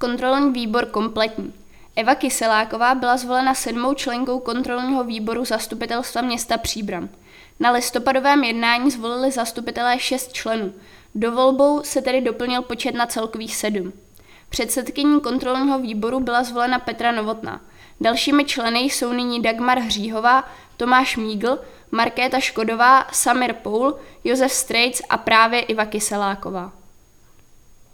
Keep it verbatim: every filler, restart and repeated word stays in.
Kontrolní výbor kompletní. Eva Kyseláková byla zvolena sedmou členkou kontrolního výboru zastupitelstva města Příbram. Na listopadovém jednání zvolili zastupitelé šest členů. Dovolbou se tedy doplnil počet na celkových sedm. Předsedkyní kontrolního výboru byla zvolena Petra Novotná. Dalšími členy jsou nyní Dagmar Hříhová, Tomáš Mígl, Markéta Škodová, Samir Poul, Josef Strejc a právě Eva Kyseláková.